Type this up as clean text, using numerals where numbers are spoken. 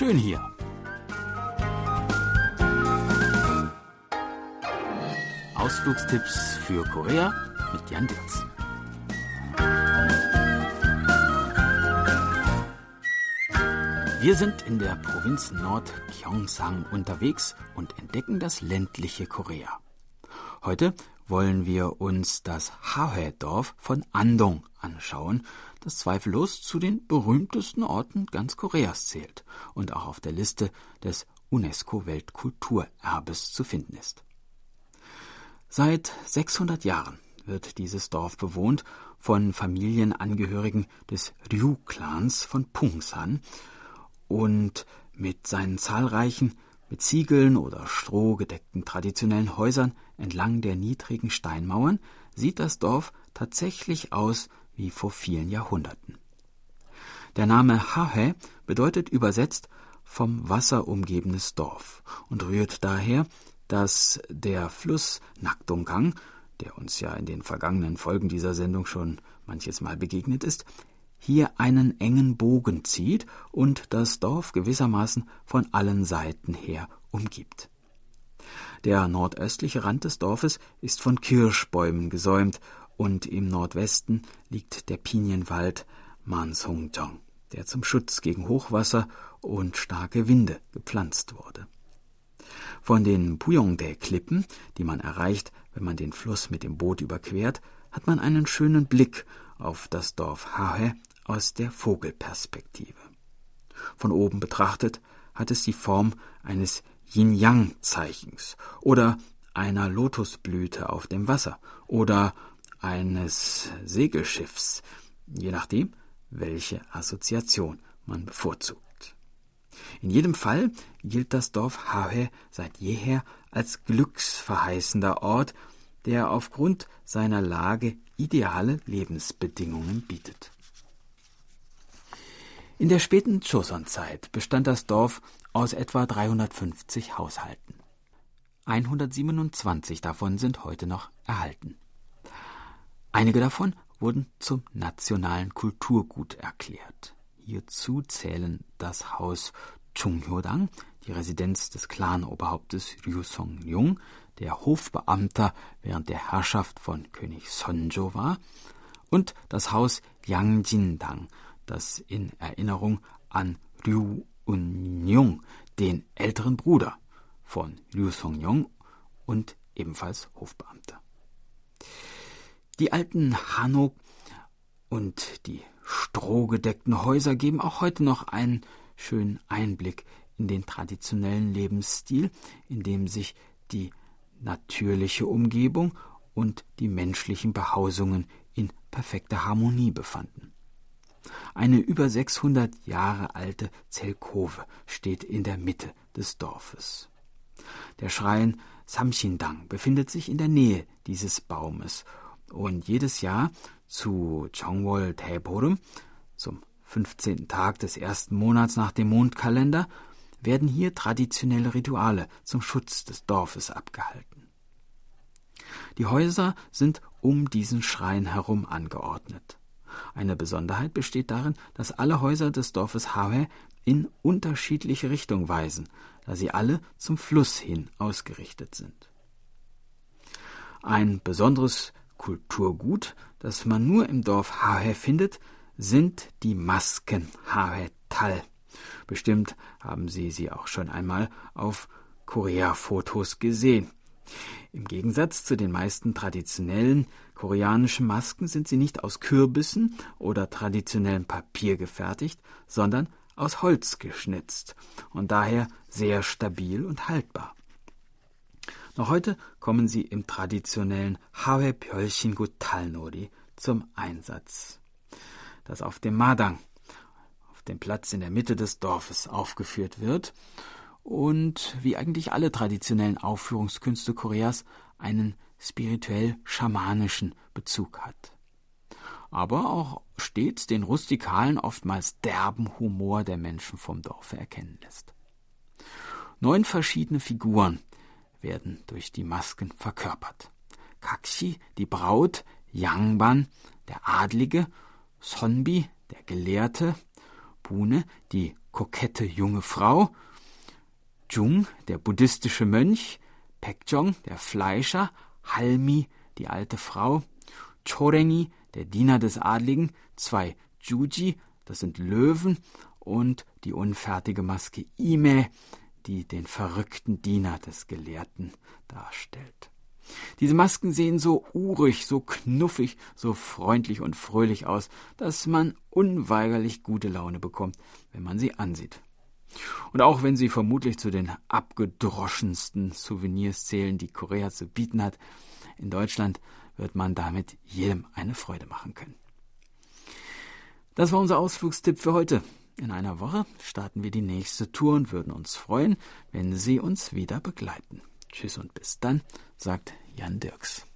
schön hier. Ausflugstipps für Korea mit Jan Dirz. Wir sind in der Provinz Nord-Gyeongsang unterwegs und entdecken das ländliche Korea. Heute wollen wir uns das Hahoe-Dorf von Andong anschauen, das zweifellos zu den berühmtesten Orten ganz Koreas zählt und auch auf der Liste des UNESCO-Weltkulturerbes zu finden ist. Seit 600 Jahren wird dieses Dorf bewohnt von Familienangehörigen des Ryu-Clans von Pungsan und mit seinen zahlreichen, mit Ziegeln oder Stroh gedeckten traditionellen Häusern entlang der niedrigen Steinmauern sieht das Dorf tatsächlich aus wie vor vielen Jahrhunderten. Der Name Hahoe bedeutet übersetzt vom Wasser umgebenes Dorf und rührt daher, dass der Fluss Nakdonggang, der uns ja in den vergangenen Folgen dieser Sendung schon manches Mal begegnet ist, hier einen engen Bogen zieht und das Dorf gewissermaßen von allen Seiten her umgibt. Der nordöstliche Rand des Dorfes ist von Kirschbäumen gesäumt und im Nordwesten liegt der Pinienwald Mansongjeong, der zum Schutz gegen Hochwasser und starke Winde gepflanzt wurde. Von den Puyongdae-Klippen, die man erreicht, wenn man den Fluss mit dem Boot überquert, hat man einen schönen Blick auf das Dorf Hahoe aus der Vogelperspektive. Von oben betrachtet hat es die Form eines Yin-Yang-Zeichens oder einer Lotusblüte auf dem Wasser oder eines Segelschiffs, je nachdem, welche Assoziation man bevorzugt. In jedem Fall gilt das Dorf Hahoe seit jeher als glücksverheißender Ort, der aufgrund seiner Lage ideale Lebensbedingungen bietet. In der späten Joseon-Zeit bestand das Dorf aus etwa 350 Haushalten. 127 davon sind heute noch erhalten. Einige davon wurden zum nationalen Kulturgut erklärt. Hierzu zählen das Haus Chunghyodang, die Residenz des Clan-Oberhauptes Ryu Song-ryung, der Hofbeamter während der Herrschaft von König Sonjo war, und das Haus Yangjindang, das in Erinnerung an Ryu Un-nyung, den älteren Bruder von Ryu Song-ryung und ebenfalls Hofbeamter. Die alten Hanok und die strohgedeckten Häuser geben auch heute noch einen schönen Einblick in den traditionellen Lebensstil, in dem sich die natürliche Umgebung und die menschlichen Behausungen in perfekter Harmonie befanden. Eine über 600 Jahre alte Zelkove steht in der Mitte des Dorfes. Der Schrein Samsindang befindet sich in der Nähe dieses Baumes und jedes Jahr zu Jeongwol Daeborum, zum 15. Tag des ersten Monats nach dem Mondkalender, werden hier traditionelle Rituale zum Schutz des Dorfes abgehalten. Die Häuser sind um diesen Schrein herum angeordnet. Eine Besonderheit besteht darin, dass alle Häuser des Dorfes Hahoe in unterschiedliche Richtungen weisen, da sie alle zum Fluss hin ausgerichtet sind. Ein besonderes Kulturgut, das man nur im Dorf Hahoe findet, sind die Masken Hahoe Tal. Bestimmt haben Sie auch schon einmal auf Korea-Fotos gesehen. Im Gegensatz zu den meisten traditionellen koreanischen Masken sind sie nicht aus Kürbissen oder traditionellem Papier gefertigt, sondern aus Holz geschnitzt und daher sehr stabil und haltbar. Noch heute kommen sie im traditionellen Hahoe Pyeolshingu Talnori zum Einsatz, das auf dem Madang, auf dem Platz in der Mitte des Dorfes, aufgeführt wird und wie eigentlich alle traditionellen Aufführungskünste Koreas einen spirituell-schamanischen Bezug hat. Aber auch stets den rustikalen, oftmals derben Humor der Menschen vom Dorfe erkennen lässt. 9 verschiedene Figuren werden durch die Masken verkörpert. Kakshi, die Braut, Yangban, der Adlige, Sonbi, der Gelehrte, Bune, die kokette junge Frau, Jung, der buddhistische Mönch, Paekjong, der Fleischer, Halmi, die alte Frau, Chorengi, der Diener des Adligen, 2 Juji, das sind Löwen, und die unfertige Maske Ime, die den verrückten Diener des Gelehrten darstellt. Diese Masken sehen so urig, so knuffig, so freundlich und fröhlich aus, dass man unweigerlich gute Laune bekommt, wenn man sie ansieht. Und auch wenn sie vermutlich zu den abgedroschensten Souvenirs zählen, die Korea zu bieten hat, in Deutschland wird man damit jedem eine Freude machen können. Das war unser Ausflugstipp für heute. In einer Woche starten wir die nächste Tour und würden uns freuen, wenn Sie uns wieder begleiten. Tschüss und bis dann, sagt Jan Dirks.